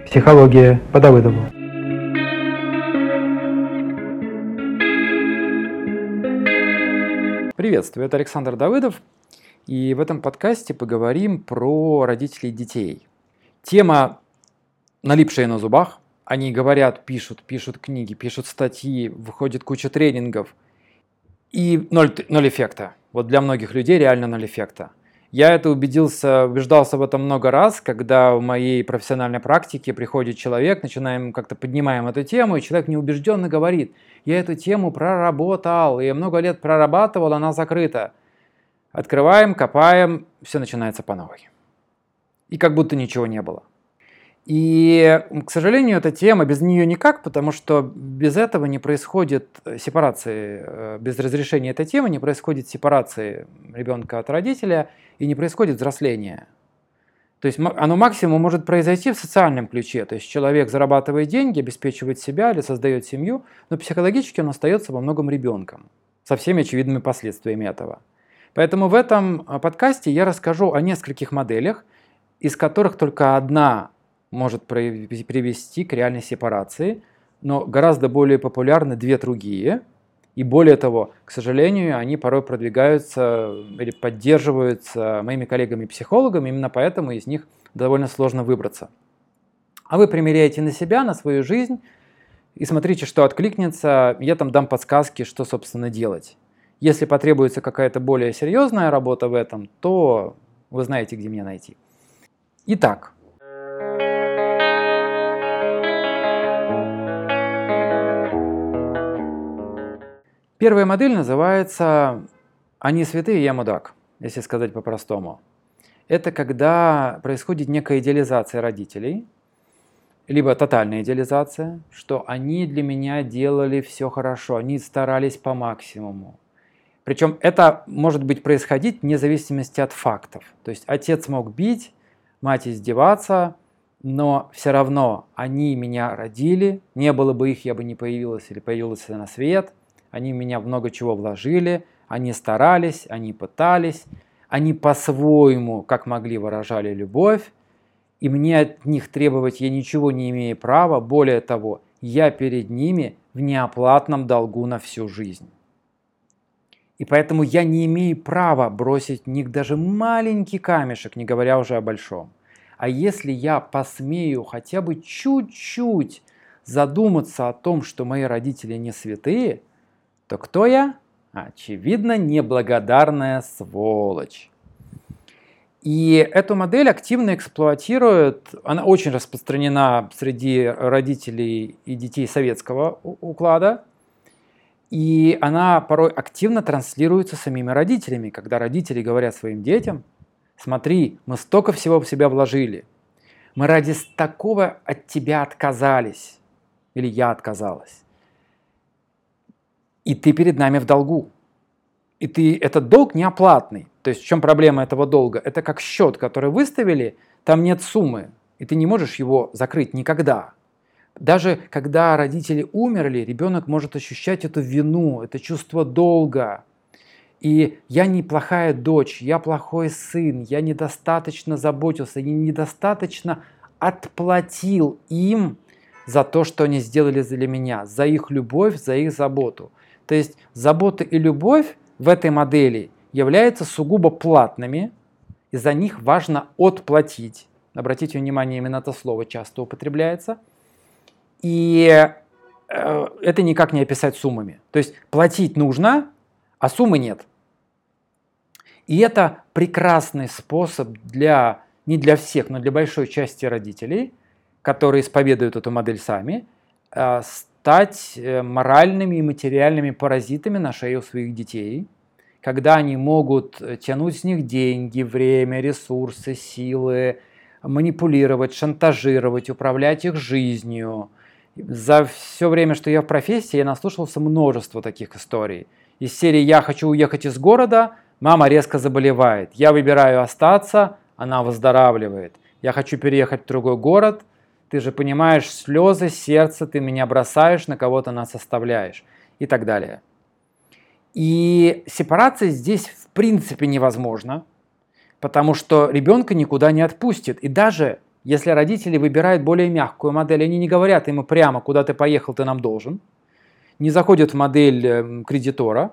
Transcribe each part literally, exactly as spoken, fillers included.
Психология по Давыдову. Приветствую, это Александр Давыдов, и в этом подкасте поговорим про родителей детей. Тема, налипшая на зубах, они говорят, пишут, пишут книги, пишут статьи, выходит куча тренингов, и ноль, ноль эффекта. Вот для многих людей реально ноль эффекта. Я это убедился, убеждался в этом много раз, когда в моей профессиональной практике приходит человек, начинаем как-то поднимаем эту тему, и человек неубежденно говорит: я эту тему проработал, я много лет прорабатывал, она закрыта. Открываем, копаем, все начинается по новой. И как будто ничего не было. И, к сожалению, эта тема, без нее никак, потому что без этого не происходит сепарации, без разрешения этой темы не происходит сепарации ребенка от родителя и не происходит взросления. То есть оно максимум может произойти в социальном ключе, то есть человек зарабатывает деньги, обеспечивает себя или создает семью, но психологически он остается во многом ребенком, со всеми очевидными последствиями этого. Поэтому в этом подкасте я расскажу о нескольких моделях, из которых только одна может привести к реальной сепарации, но гораздо более популярны две другие. И более того, к сожалению, они порой продвигаются или поддерживаются моими коллегами-психологами, именно поэтому из них довольно сложно выбраться. А вы примеряете на себя, на свою жизнь, и смотрите, что откликнется. Я там дам подсказки, что, собственно, делать. Если потребуется какая-то более серьезная работа в этом, то вы знаете, где меня найти. Итак. Первая модель называется «Они святые, я мудак», если сказать по-простому. Это когда происходит некая идеализация родителей, либо тотальная идеализация, что они для меня делали все хорошо, они старались по максимуму. Причем это может быть происходить вне зависимости от фактов. То есть отец мог бить, мать издеваться, но все равно они меня родили, не было бы их, я бы не появилась или появилась на свет. Они в меня много чего вложили, они старались, они пытались, они по-своему, как могли, выражали любовь, и мне от них требовать я ничего не имею права, более того, я перед ними в неоплатном долгу на всю жизнь. И поэтому я не имею права бросить в них даже маленький камешек, не говоря уже о большом. А если я посмею хотя бы чуть-чуть задуматься о том, что мои родители не святые, то кто я? Очевидно, неблагодарная сволочь. И эту модель активно эксплуатируют, она очень распространена среди родителей и детей советского уклада, и она порой активно транслируется самими родителями, когда родители говорят своим детям: смотри, мы столько всего в себя вложили, мы ради такого от тебя отказались, или я отказалась. И ты перед нами в долгу. И ты, этот долг неоплатный. То есть в чем проблема этого долга? Это как счет, который выставили, там нет суммы, и ты не можешь его закрыть никогда. Даже когда родители умерли, ребенок может ощущать эту вину, это чувство долга. И я не плохая дочь, я плохой сын, я недостаточно заботился, я недостаточно отплатил им за то, что они сделали для меня, за их любовь, за их заботу. То есть забота и любовь в этой модели являются сугубо платными, и за них важно отплатить. Обратите внимание, именно это слово часто употребляется. И э, это никак не описать суммами. То есть платить нужно, а суммы нет. И это прекрасный способ для, не для всех, но для большой части родителей, которые исповедуют эту модель сами, э, стать моральными и материальными паразитами на шее у своих детей, когда они могут тянуть с них деньги, время, ресурсы, силы, манипулировать, шантажировать, управлять их жизнью. За все время, что я в профессии, я наслушался множество таких историй. Из серии «Я хочу уехать из города», мама резко заболевает. Я выбираю остаться, она выздоравливает. Я хочу переехать в другой город. Ты же понимаешь, слезы, сердце, ты меня бросаешь, на кого-то нас оставляешь и так далее. И сепарация здесь в принципе невозможна, потому что ребенка никуда не отпустит. И даже Если родители выбирают более мягкую модель, они не говорят ему прямо, куда ты поехал, ты нам должен, не заходят в модель кредитора,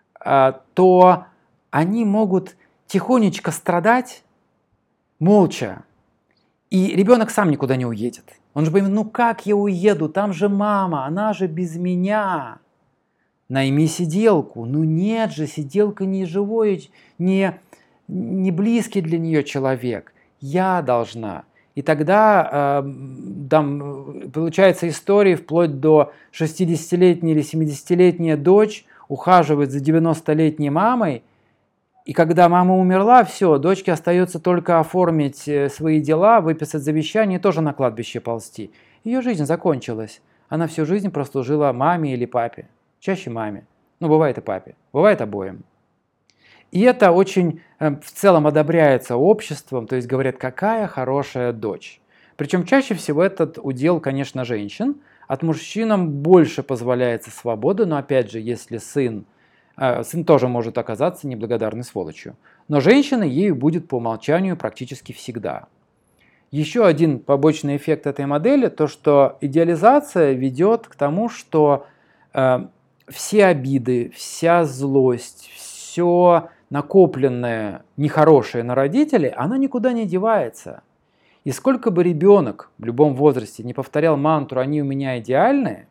то они могут тихонечко страдать, молча. И ребенок сам никуда не уедет. Он же поймет, ну как я уеду, там же мама, она же без меня. Найми сиделку. Ну нет же, сиделка не живой, не, не близкий для нее человек. Я должна. И тогда э, там получается история вплоть до шестидесятилетняя или семидесятилетняя дочь ухаживает за девяностолетней мамой, и когда мама умерла, все, дочке остается только оформить свои дела, выписать завещание и тоже на кладбище ползти. Ее жизнь закончилась. Она всю жизнь прослужила маме или папе. Чаще маме. Ну, бывает и папе. Бывает обоим. И это очень в целом одобряется обществом, то есть говорят, какая хорошая дочь. Причем чаще всего этот удел, конечно, женщин. От мужчинам больше позволяется свобода, но опять же, если сын, э, сын тоже может оказаться неблагодарной сволочью. Но женщина ею будет по умолчанию практически всегда. Еще один побочный эффект этой модели, то что идеализация ведет к тому, что э, все обиды, вся злость, все накопленное нехорошее на родителей, оно никуда не девается. И сколько бы ребенок в любом возрасте не повторял мантру «они у меня идеальные»,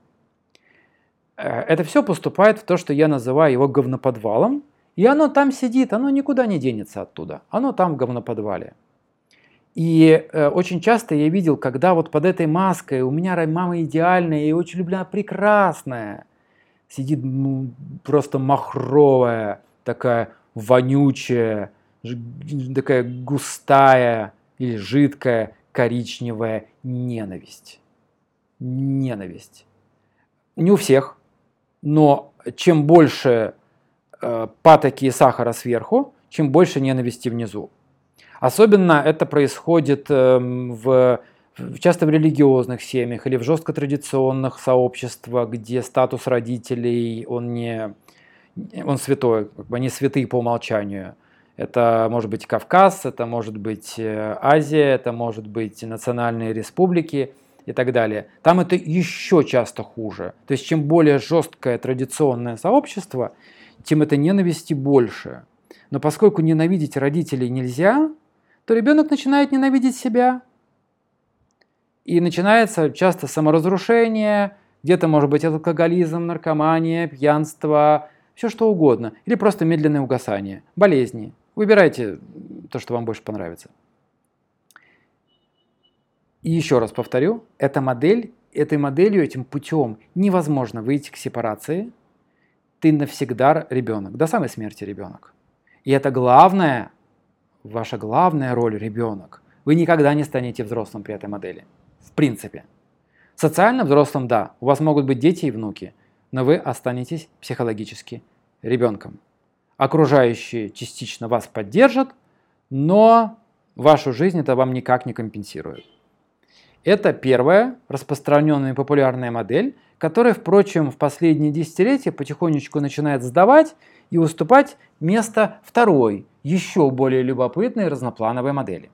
это все поступает в то, что я называю его говноподвалом, и оно там сидит, оно никуда не денется оттуда, оно там в говноподвале. И э, очень часто я видел, когда вот под этой маской «у меня мама идеальная и очень люблю, она прекрасная», сидит ну, просто махровая, такая вонючая, такая густая или жидкая коричневая ненависть. Ненависть. Не у всех, но чем больше э, патоки и сахара сверху, чем больше ненависти внизу. Особенно это происходит э, в, часто в религиозных семьях или в жестко традиционных сообществах, где статус родителей, он не... Он святой, как бы они святые по умолчанию. Это может быть Кавказ, это может быть Азия, это может быть национальные республики и так далее. Там это еще часто хуже. То есть чем более жесткое традиционное сообщество, тем это ненависти больше. Но поскольку ненавидеть родителей нельзя, то ребенок начинает ненавидеть себя. И начинается часто саморазрушение, где-то может быть алкоголизм, наркомания, пьянство, все что угодно. Или просто медленное угасание, болезни. Выбирайте то, что вам больше понравится. И еще раз повторю, эта модель, этой моделью, этим путем невозможно выйти к сепарации. Ты навсегда ребенок, до самой смерти ребенок. И это главная, ваша главная роль ребенок. Вы никогда не станете взрослым при этой модели. В принципе. Социально взрослым, да, у вас могут быть дети и внуки, но вы останетесь психологически ребенком. Окружающие частично вас поддержат, но вашу жизнь это вам никак не компенсирует. Это первая распространенная и популярная модель, которая, впрочем, в последние десятилетия потихонечку начинает сдавать и уступать место второй, еще более любопытной разноплановой модели.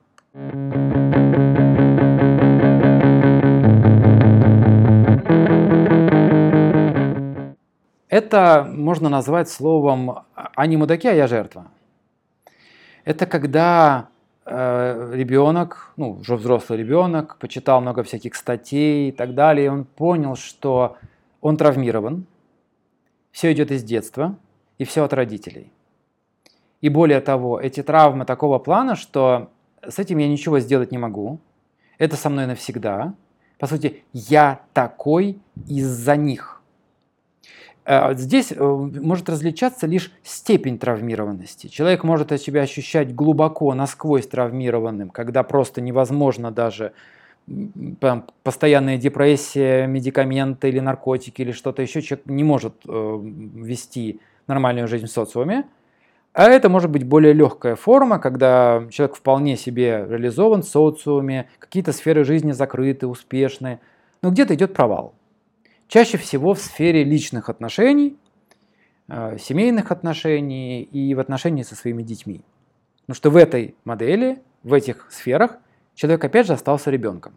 Это можно назвать словом «они мудаки, а я жертва». Это когда э, ребенок, ну уже взрослый ребенок, почитал много всяких статей и так далее, и он понял, что он травмирован, все идет из детства и все от родителей. И более того, эти травмы такого плана, что с этим я ничего сделать не могу, это со мной навсегда. По сути, я такой из-за них. Здесь может различаться лишь степень травмированности. Человек может себя ощущать глубоко, насквозь травмированным, когда просто невозможно даже там, постоянная депрессия, медикаменты или наркотики или что-то еще. Человек не может э, вести нормальную жизнь в социуме. А это может быть более легкая форма, когда человек вполне себе реализован в социуме, какие-то сферы жизни закрыты, успешны, но где-то идет провал. Чаще всего в сфере личных отношений, э, семейных отношений и в отношении со своими детьми. Потому что в этой модели, в этих сферах человек опять же остался ребенком.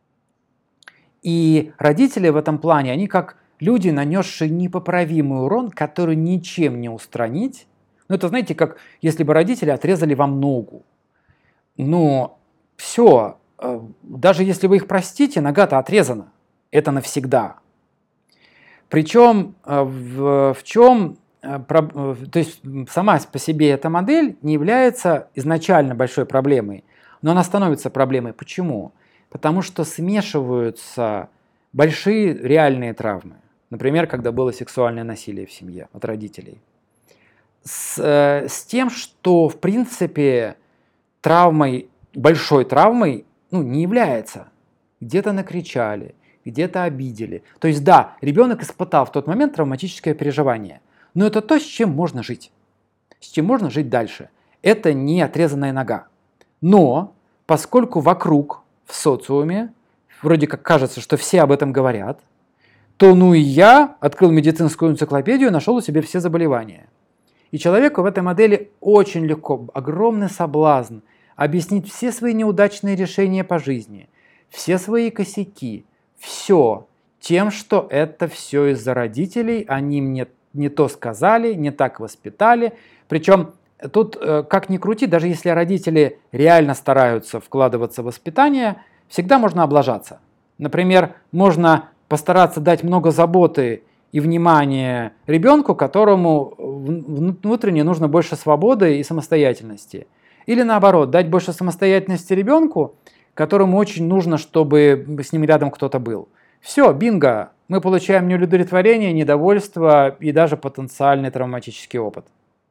И родители в этом плане, они как люди, нанесшие непоправимый урон, который ничем не устранить. Ну, это, знаете, как если бы родители отрезали вам ногу. Но все, даже если вы их простите, нога-то отрезана. Это навсегда. Причем в, в чем, то есть сама по себе эта модель не является изначально большой проблемой, но она становится проблемой. Почему? Потому что смешиваются большие реальные травмы. Например, когда было сексуальное насилие в семье от родителей. С, с тем, что в принципе травмой, большой травмой ну, не является. Где-то накричали, где-то обидели. То есть да, ребенок испытал в тот момент травматическое переживание. Но это то, с чем можно жить. С чем можно жить дальше. Это не отрезанная нога. Но поскольку вокруг, в социуме, вроде как кажется, что все об этом говорят, то ну и я открыл медицинскую энциклопедию и нашел у себя все заболевания. И человеку в этой модели очень легко, огромный соблазн объяснить все свои неудачные решения по жизни, все свои косяки, все тем, что это все из-за родителей, они мне не то сказали, не так воспитали. Причем тут, как ни крути, даже если родители реально стараются вкладываться в воспитание, всегда можно облажаться. Например, можно постараться дать много заботы и внимания ребенку, которому внутренне нужно больше свободы и самостоятельности. Или наоборот, дать больше самостоятельности ребенку, которому очень нужно, чтобы с ним рядом кто-то был. Все, бинго, мы получаем неудовлетворение, недовольство и даже потенциальный травматический опыт.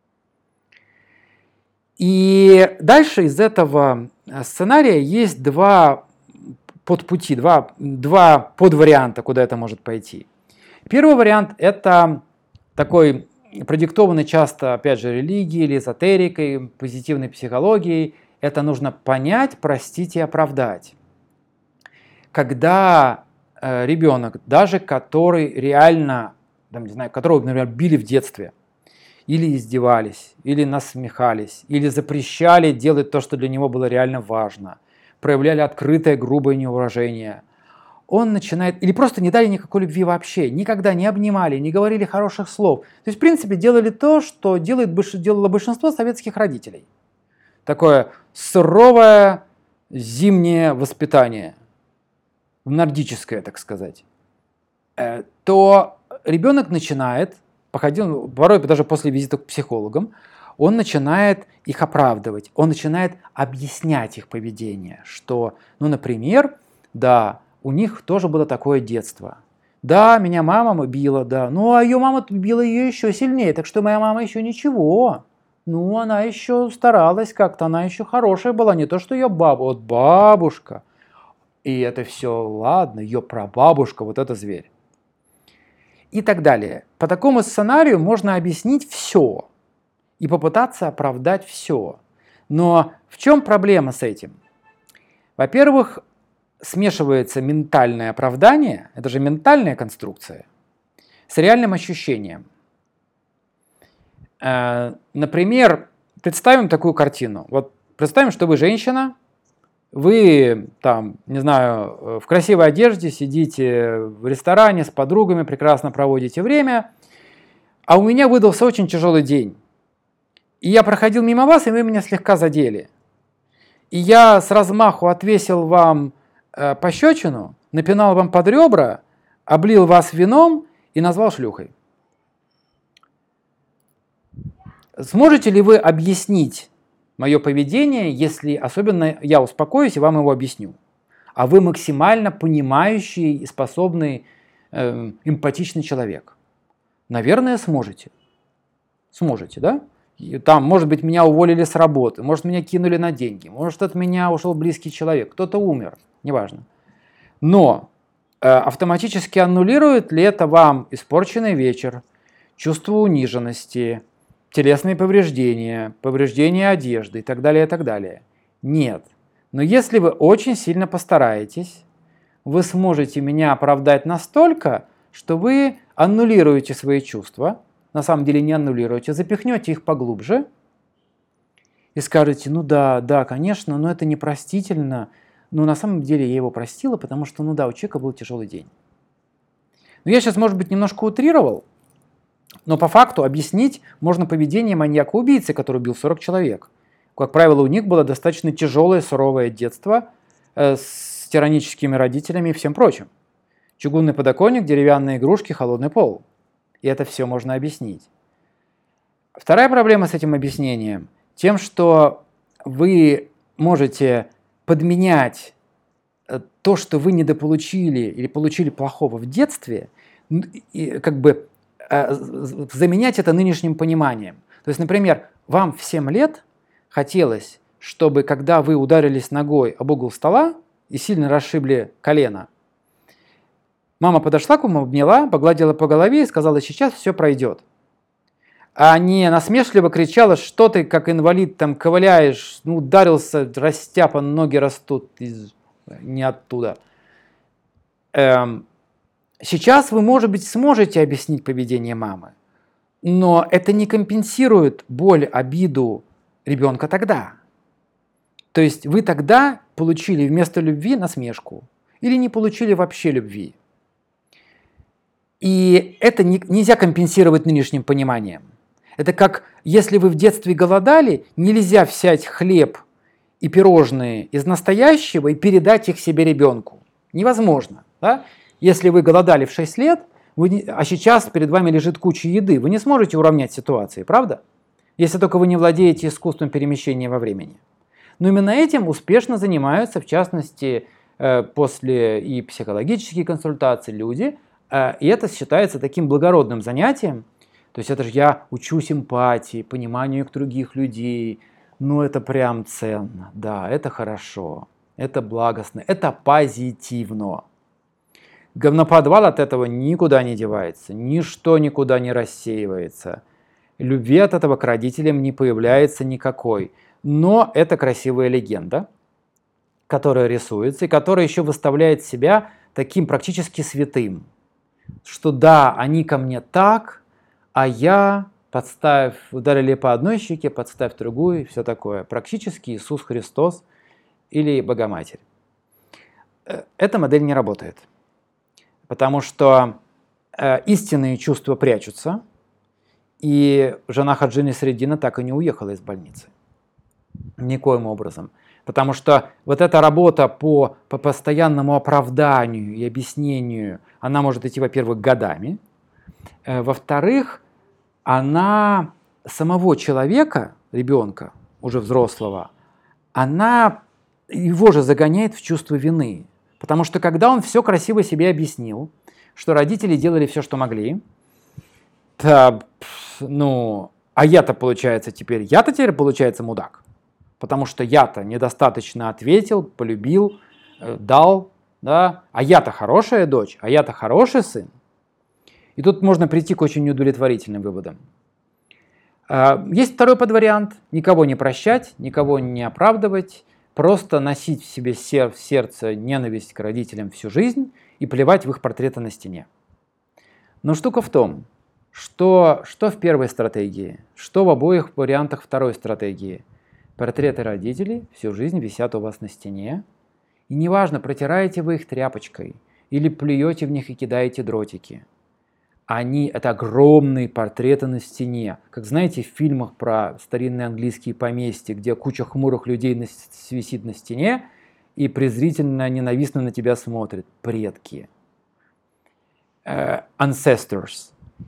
И дальше из этого сценария есть два подпути, два, два подварианта, куда это может пойти. Первый вариант – это такой продиктованный часто, опять же, религией или эзотерикой, позитивной психологией. Это нужно понять, простить и оправдать. Когда э, ребенок, даже который реально, там, не знаю, которого, например, били в детстве, или издевались, или насмехались, или запрещали делать то, что для него было реально важно, проявляли открытое грубое неуважение, он начинает, или просто не дали никакой любви вообще, никогда не обнимали, не говорили хороших слов. То есть, в принципе, делали то, что делает, делало большинство советских родителей. Такое суровое зимнее воспитание, нордическое, так сказать. То ребенок начинает, походил, порой даже после визита к психологам, он начинает их оправдывать, он начинает объяснять их поведение, что, ну, например, да, у них тоже было такое детство. Да, меня мама била, да, ну, а ее мама била ее еще сильнее, так что моя мама еще ничего. Ну, она еще старалась как-то, она еще хорошая была, не то, что ее баба, вот бабушка. И это все, ладно, ее прабабушка, вот это зверь. И так далее. По такому сценарию можно объяснить все и попытаться оправдать все. Но в чем проблема с этим? Во-первых, смешивается ментальное оправдание, это же ментальная конструкция, с реальным ощущением. Например, представим такую картину. Вот представим, что вы женщина, вы там, не знаю, в красивой одежде сидите в ресторане с подругами, прекрасно проводите время, а у меня выдался очень тяжелый день. И я проходил мимо вас, и вы меня слегка задели. И я с размаху отвесил вам э, пощечину, напинал вам под ребра, облил вас вином и назвал шлюхой. Сможете ли вы объяснить мое поведение, если особенно я успокоюсь и вам его объясню? А вы максимально понимающий и способный, э, эмпатичный человек. Наверное, сможете. Сможете, да? И там, может быть, меня уволили с работы, может, меня кинули на деньги, может, от меня ушел близкий человек, кто-то умер, неважно. Но э, автоматически аннулирует ли это вам испорченный вечер, чувство униженности, телесные повреждения, повреждения одежды и так далее, и так далее? Нет. Но если вы очень сильно постараетесь, вы сможете меня оправдать настолько, что вы аннулируете свои чувства, на самом деле не аннулируете, запихнете их поглубже и скажете, ну да, да, конечно, но это непростительно, но на самом деле я его простила, потому что, ну да, у человека был тяжелый день. Но я сейчас, может быть, немножко утрировал, но по факту объяснить можно поведение маньяка-убийцы, который убил сорок человек. Как правило, у них было достаточно тяжелое, суровое детство э, с тираническими родителями и всем прочим. Чугунный подоконник, деревянные игрушки, холодный пол. И это все можно объяснить. Вторая проблема с этим объяснением тем, что вы можете подменять то, что вы недополучили или получили плохого в детстве, и как бы э, заменять это нынешним пониманием. То есть, например, вам в семь лет хотелось, чтобы когда вы ударились ногой об угол стола и сильно расшибли колено, мама подошла к вам, обняла, погладила по голове и сказала: сейчас все пройдет. А не насмешливо кричала: что ты, как инвалид, там ковыляешь, ну, ударился, растяпан, ноги растут из... не оттуда. Эм, сейчас вы, может быть, сможете объяснить поведение мамы, но это не компенсирует боль, обиду ребенка тогда. То есть вы тогда получили вместо любви насмешку или не получили вообще любви. И это не, нельзя компенсировать нынешним пониманием. Это как если вы в детстве голодали, нельзя взять хлеб и пирожные из настоящего и передать их себе ребенку. Невозможно. Да? Если вы голодали в шесть лет, вы, а сейчас перед вами лежит куча еды, вы не сможете уравнять ситуации, правда? Если только вы не владеете искусством перемещения во времени. Но именно этим успешно занимаются, в частности, после и психологических консультаций люди, и это считается таким благородным занятием. То есть это же я учусь эмпатии, пониманию к других людей. Ну, это прям ценно. Да, это хорошо. Это благостно. Это позитивно. Говноподвал от этого никуда не девается. Ничто никуда не рассеивается. Любви от этого к родителям не появляется никакой. Но это красивая легенда, которая рисуется и которая еще выставляет себя таким практически святым. Что да, они ко мне так, а я, подставив, ударили по одной щеке, подставь другую, и все такое. Практически Иисус Христос или Богоматерь. Эта модель не работает, потому что э, истинные чувства прячутся, и жена Хаджи Насреддина так и не уехала из больницы. Никоим образом. Потому что вот эта работа по, по постоянному оправданию и объяснению, она может идти, во-первых, годами, э, во-вторых, она самого человека, ребенка, уже взрослого, она его же загоняет в чувство вины. Потому что когда он все красиво себе объяснил, что родители делали все, что могли, то, ну, а я-то, получается, теперь, я-то теперь, получается, мудак. Потому что я-то недостаточно ответил, полюбил, дал, да, а я-то хорошая дочь, а я-то хороший сын. И тут можно прийти к очень неудовлетворительным выводам. Есть второй подвариант. Никого не прощать, никого не оправдывать, просто носить в себе в сердце ненависть к родителям всю жизнь и плевать в их портреты на стене. Но штука в том, что, что в первой стратегии, что в обоих вариантах второй стратегии. Портреты родителей всю жизнь висят у вас на стене, и неважно, протираете вы их тряпочкой или плюете в них и кидаете дротики. Они, это огромные портреты на стене. Как знаете, в фильмах про старинные английские поместья, где куча хмурых людей на, висит на стене и презрительно, ненавистно на тебя смотрят. Предки. Uh, ancestors.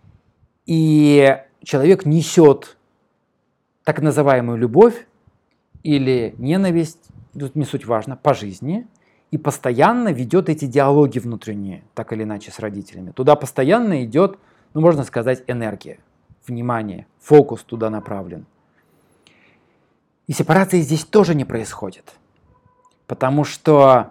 И человек несет так называемую любовь или ненависть, тут не суть важно, по жизни, и постоянно ведет эти диалоги внутренние, так или иначе, с родителями. Туда постоянно идет, ну, можно сказать, энергия, внимание, фокус туда направлен. И сепарации здесь тоже не происходит, потому что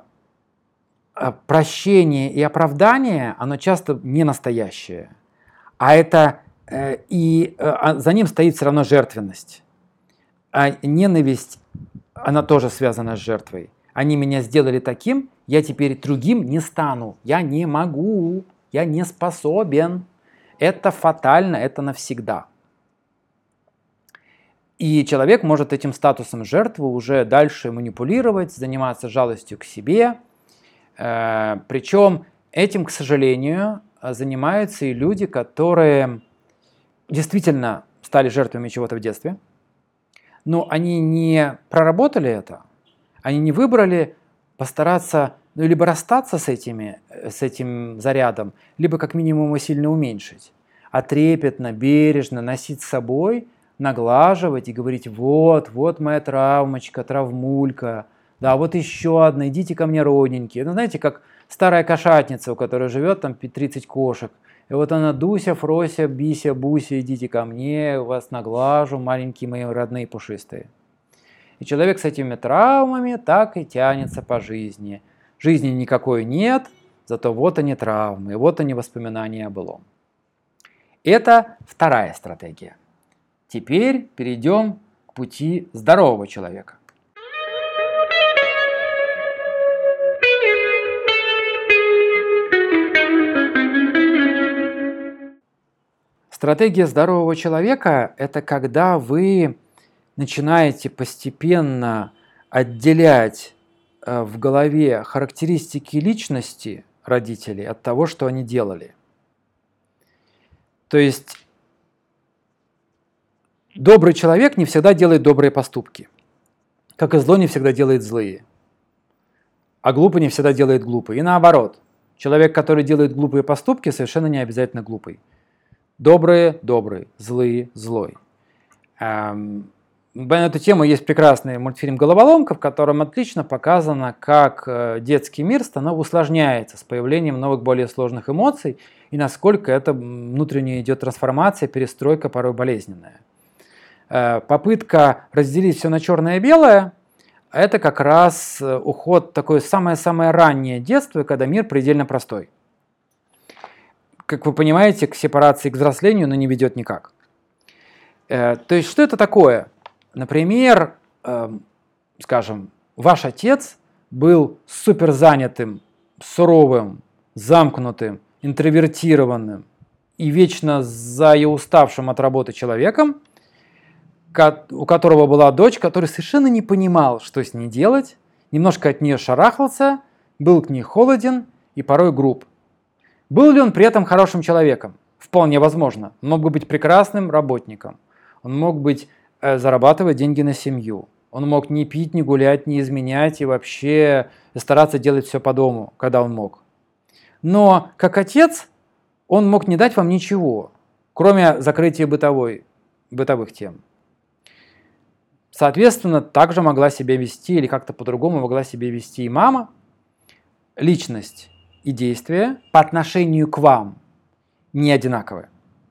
прощение и оправдание, оно часто не настоящее, а это э, и э, за ним стоит все равно жертвенность. А ненависть, она тоже связана с жертвой. Они меня сделали таким, я теперь другим не стану. Я не могу, я не способен. Это фатально, это навсегда. И человек может этим статусом жертвы уже дальше манипулировать, заниматься жалостью к себе. Причем этим, к сожалению, занимаются и люди, которые действительно стали жертвами чего-то в детстве, но они не проработали это, они не выбрали постараться, ну, либо расстаться с, этими, с этим зарядом, либо как минимум его сильно уменьшить, а трепетно, бережно носить с собой, наглаживать и говорить: вот, вот моя травмочка, травмулька, да, вот еще одна, идите ко мне, родненькие. Ну, знаете, как старая кошатница, у которой живет там тридцать кошек, и вот она: Дуся, Фрося, Бися, Буся, идите ко мне, вас наглажу, маленькие мои родные пушистые. И человек с этими травмами так и тянется по жизни. Жизни никакой нет, зато вот они травмы, вот они воспоминания о былом. Это вторая стратегия. Теперь перейдем к пути здорового человека. Стратегия здорового человека – это когда вы начинаете постепенно отделять в голове характеристики личности родителей от того, что они делали. То есть добрый человек не всегда делает добрые поступки, как и зло не всегда делает злые, а глупый не всегда делает глупые. И наоборот, человек, который делает глупые поступки, совершенно не обязательно глупый. Добрые – добрый, злые – злой. Эм, на эту тему есть прекрасный мультфильм «Головоломка», в котором отлично показано, как детский мир снова усложняется с появлением новых, более сложных эмоций, и насколько это внутренняя идет трансформация, перестройка, порой болезненная. Э, попытка разделить все на черное и белое – это как раз уход в такое самое-самое раннее детство, когда мир предельно простой. Как вы понимаете, к сепарации, к взрослению, но не ведет никак. Э, то есть, что это такое? Например, э, скажем, ваш отец был суперзанятым, суровым, замкнутым, интровертированным и вечно заюставшим от работы человеком, у которого была дочь, который совершенно не понимал, что с ней делать, немножко от нее шарахался, был к ней холоден и порой груб. Был ли он при этом хорошим человеком? Вполне возможно. Он мог бы быть прекрасным работником. Он мог быть, э, зарабатывать деньги на семью. Он мог не пить, не гулять, не изменять и вообще стараться делать все по дому, когда он мог. Но как отец он мог не дать вам ничего, кроме закрытия бытовой, бытовых тем. Соответственно, также могла себя вести или как-то по-другому могла себя вести и мама. Личность и действия по отношению к вам не одинаковые.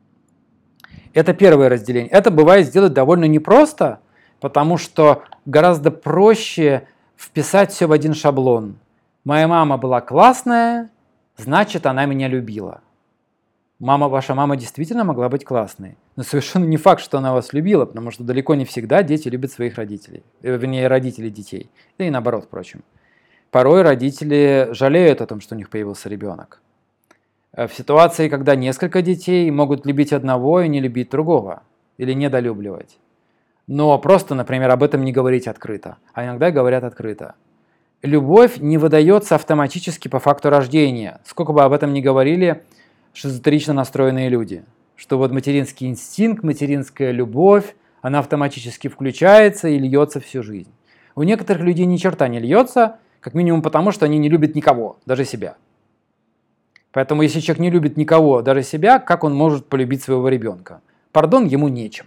Это первое разделение. Это бывает сделать довольно непросто, потому что гораздо проще вписать все в один шаблон. Моя мама была классная, значит, она меня любила. Мама, ваша мама действительно могла быть классной, но совершенно не факт, что она вас любила, потому что далеко не всегда дети любят своих родителей, вернее, родители детей, да и наоборот, впрочем. Порой родители жалеют о том, что у них появился ребенок. В ситуации, когда несколько детей могут любить одного и не любить другого, или недолюбливать. Но просто, например, об этом не говорить открыто, а иногда говорят открыто. Любовь не выдается автоматически по факту рождения, сколько бы об этом ни говорили шизотерично настроенные люди, что вот материнский инстинкт, материнская любовь, она автоматически включается и льется всю жизнь. У некоторых людей ни черта не льется, как минимум потому, что они не любят никого, даже себя. Поэтому если человек не любит никого, даже себя, как он может полюбить своего ребенка? Пардон, ему нечем.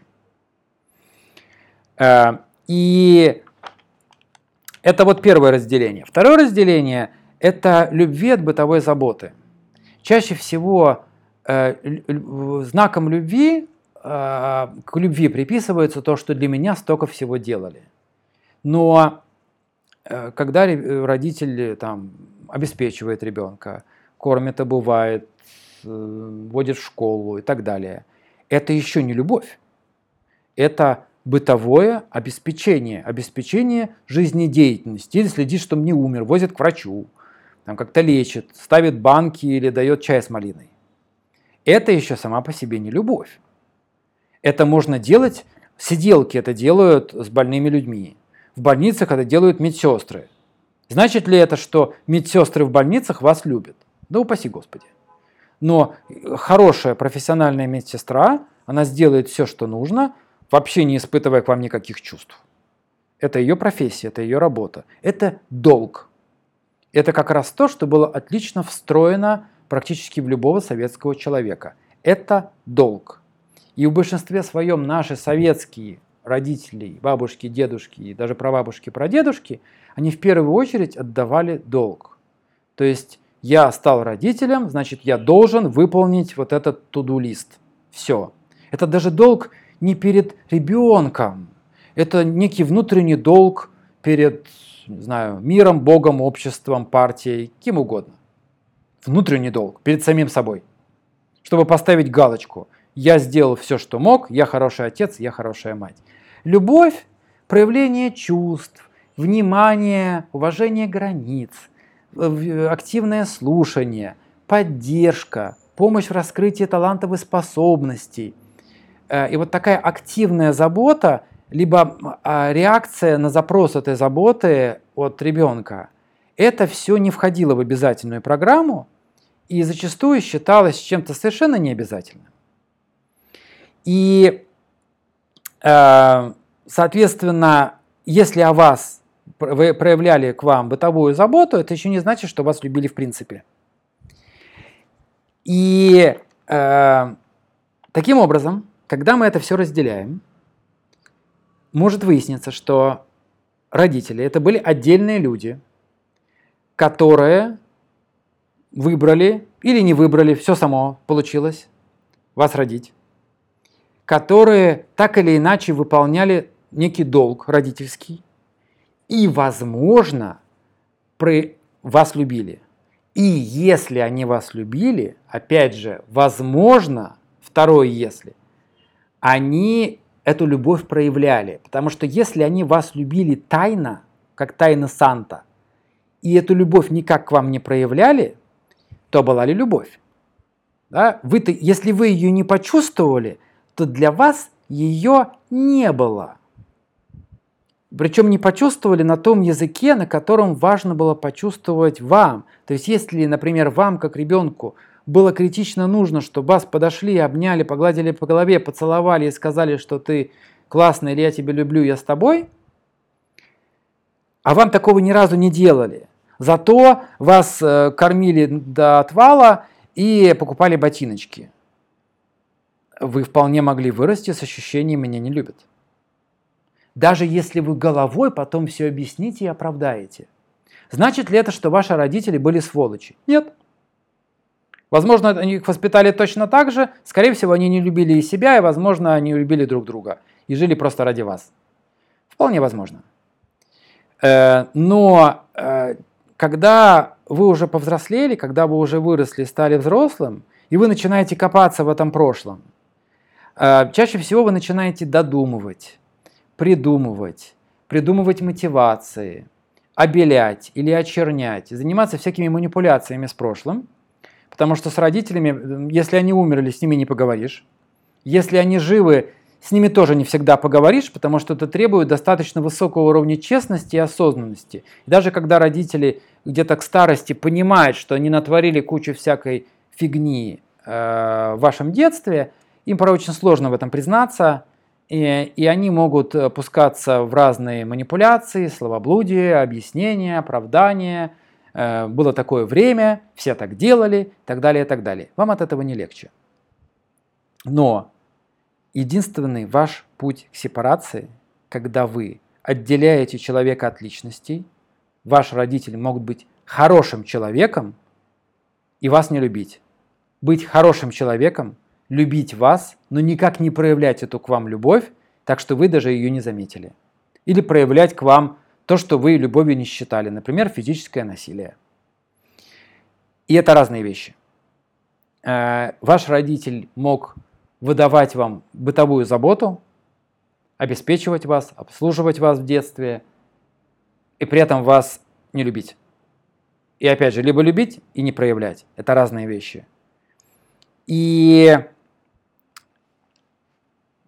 И это вот первое разделение. Второе разделение – это любви от бытовой заботы. Чаще всего знаком любви, к любви приписывается то, что для меня столько всего делали. Но когда родитель там обеспечивает ребенка, кормит, обувает, водит в школу и так далее, это еще не любовь. Это бытовое обеспечение, обеспечение жизнедеятельности. Или следит, чтобы не умер, возит к врачу, там как-то лечит, ставит банки или дает чай с малиной. Это еще сама по себе не любовь. Это можно делать Сиделки это делают с больными людьми. В больницах это делают медсестры. Значит ли это, что медсестры в больницах вас любят? Да упаси Господи. Но хорошая профессиональная медсестра, она сделает все, что нужно, вообще не испытывая к вам никаких чувств. Это ее профессия, это ее работа. Это долг. Это как раз то, что было отлично встроено практически в любого советского человека. Это долг. И в большинстве своем наши советские родители, бабушки, дедушки и даже прабабушки, прадедушки, они в первую очередь отдавали долг. То есть я стал родителем, значит я должен выполнить вот этот to-do-лист. Все. Это даже долг не перед ребенком. Это некий внутренний долг перед, не знаю, миром, Богом, обществом, партией, кем угодно. Внутренний долг перед самим собой. Чтобы поставить галочку. Я сделал все, что мог, я хороший отец, я хорошая мать. Любовь – проявление чувств, внимание, уважение границ, активное слушание, поддержка, помощь в раскрытии талантов и способностей. И вот такая активная забота, либо реакция на запрос этой заботы от ребенка, это все не входило в обязательную программу и зачастую считалось чем-то совершенно необязательным. И, соответственно, если о вас вы проявляли к вам бытовую заботу, это еще не значит, что вас любили в принципе. И э, таким образом, когда мы это все разделяем, может выясниться, что родители это были отдельные люди, которые выбрали или не выбрали, все само получилось, вас родить, которые так или иначе выполняли некий долг родительский и, возможно, про вас любили. И если они вас любили, опять же, возможно, второе если, они эту любовь проявляли. Потому что если они вас любили тайно, как тайна Санта, и эту любовь никак к вам не проявляли, то была ли любовь? Да? Вы-то, если вы ее не почувствовали, то для вас ее не было. Причем не почувствовали на том языке, на котором важно было почувствовать вам. То есть если, например, вам, как ребенку, было критично нужно, чтобы вас подошли, обняли, погладили по голове, поцеловали и сказали, что ты классный, или я тебя люблю, я с тобой, а вам такого ни разу не делали. Зато вас э, кормили до отвала и покупали ботиночки. Вы вполне могли вырасти с ощущением «меня не любят». Даже если вы головой потом все объясните и оправдаете. Значит ли это, что ваши родители были сволочи? Нет. Возможно, они их воспитали точно так же. Скорее всего, они не любили и себя, и, возможно, они любили друг друга. И жили просто ради вас. Вполне возможно. Но когда вы уже повзрослели, когда вы уже выросли, стали взрослым, и вы начинаете копаться в этом прошлом, чаще всего вы начинаете додумывать, придумывать, придумывать мотивации, обелять или очернять, заниматься всякими манипуляциями с прошлым, потому что с родителями, если они умерли, с ними не поговоришь. Если они живы, с ними тоже не всегда поговоришь, потому что это требует достаточно высокого уровня честности и осознанности. И даже когда родители где-то к старости понимают, что они натворили кучу всякой фигни э, в вашем детстве, им порой очень сложно в этом признаться, и, и они могут пускаться в разные манипуляции, словоблудие, объяснения, оправдания. Э, было такое время, все так делали, и так далее, и так далее. Вам от этого не легче. Но единственный ваш путь к сепарации, когда вы отделяете человека от личностей, ваш родитель может быть хорошим человеком и вас не любить. Быть хорошим человеком, любить вас, но никак не проявлять эту к вам любовь, так что вы даже ее не заметили. Или проявлять к вам то, что вы любовью не считали, например, физическое насилие. И это разные вещи. Ваш родитель мог выдавать вам бытовую заботу, обеспечивать вас, обслуживать вас в детстве, и при этом вас не любить. И опять же, либо любить и не проявлять. Это разные вещи. И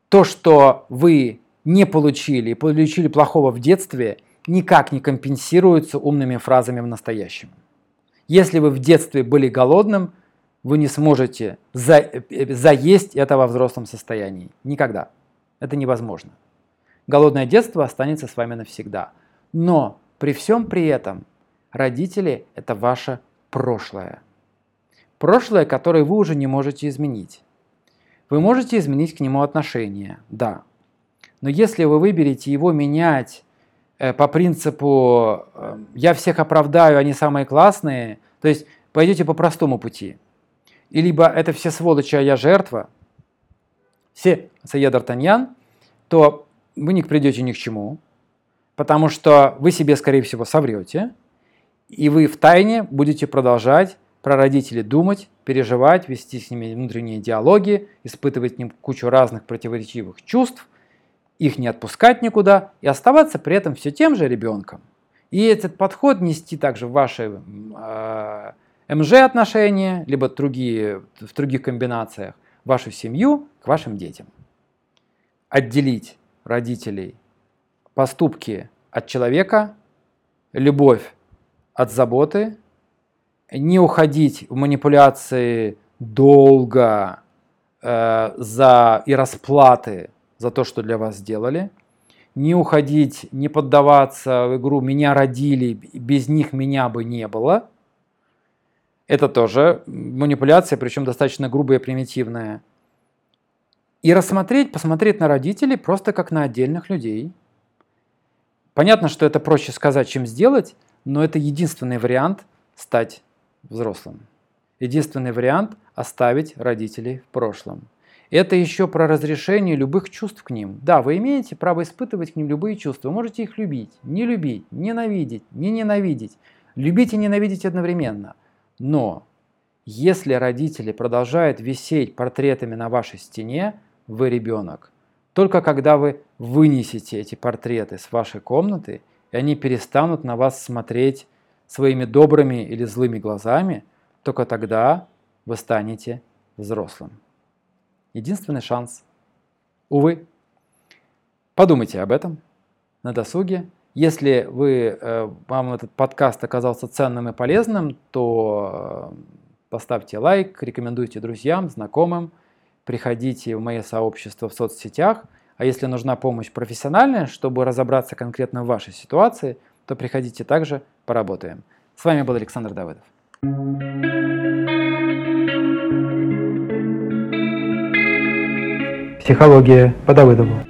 то, что вы не получили и получили плохого в детстве, никак не компенсируется умными фразами в настоящем. Если вы в детстве были голодным, вы не сможете за, заесть это во взрослом состоянии. Никогда. Это невозможно. Голодное детство останется с вами навсегда. Но при всем при этом родители – это ваше прошлое. Прошлое, которое вы уже не можете изменить. Вы можете изменить к нему отношение, да. Но если вы выберете его менять э, по принципу э, «я всех оправдаю, они самые классные», то есть пойдете по простому пути, и либо это все сволочи, а я жертва, все «c'est Д'Артаньян», то вы не придете ни к чему, потому что вы себе, скорее всего, соврете, и вы втайне будете продолжать про родителей думать, переживать, вести с ними внутренние диалоги, испытывать к ним кучу разных противоречивых чувств, их не отпускать никуда и оставаться при этом все тем же ребенком. И этот подход нести также в ваши э, эм жэ отношения, либо другие, в других комбинациях, вашу семью к вашим детям. Отделить родителей, поступки от человека, любовь от заботы, не уходить в манипуляции долго э, за, и расплаты за то, что для вас сделали, не уходить, не поддаваться в игру «меня родили, без них меня бы не было». Это тоже манипуляция, причем достаточно грубая и примитивная. И рассмотреть, посмотреть на родителей просто как на отдельных людей. Понятно, что это проще сказать, чем сделать, но это единственный вариант стать взрослым. Единственный вариант – оставить родителей в прошлом. Это еще про разрешение любых чувств к ним. Да, вы имеете право испытывать к ним любые чувства. Вы можете их любить, не любить, ненавидеть, не ненавидеть. Любить и ненавидеть одновременно. Но если родители продолжают висеть портретами на вашей стене, вы ребенок. Только когда вы вынесете эти портреты с вашей комнаты, и они перестанут на вас смотреть своими добрыми или злыми глазами, только тогда вы станете взрослым. Единственный шанс. Увы. Подумайте об этом на досуге. Если вы, вам этот подкаст оказался ценным и полезным, то поставьте лайк, рекомендуйте друзьям, знакомым, приходите в мое сообщество в соцсетях. А если нужна помощь профессиональная, чтобы разобраться конкретно в вашей ситуации, то приходите также, поработаем. С вами был Александр Давыдов. Психология по Давыдову.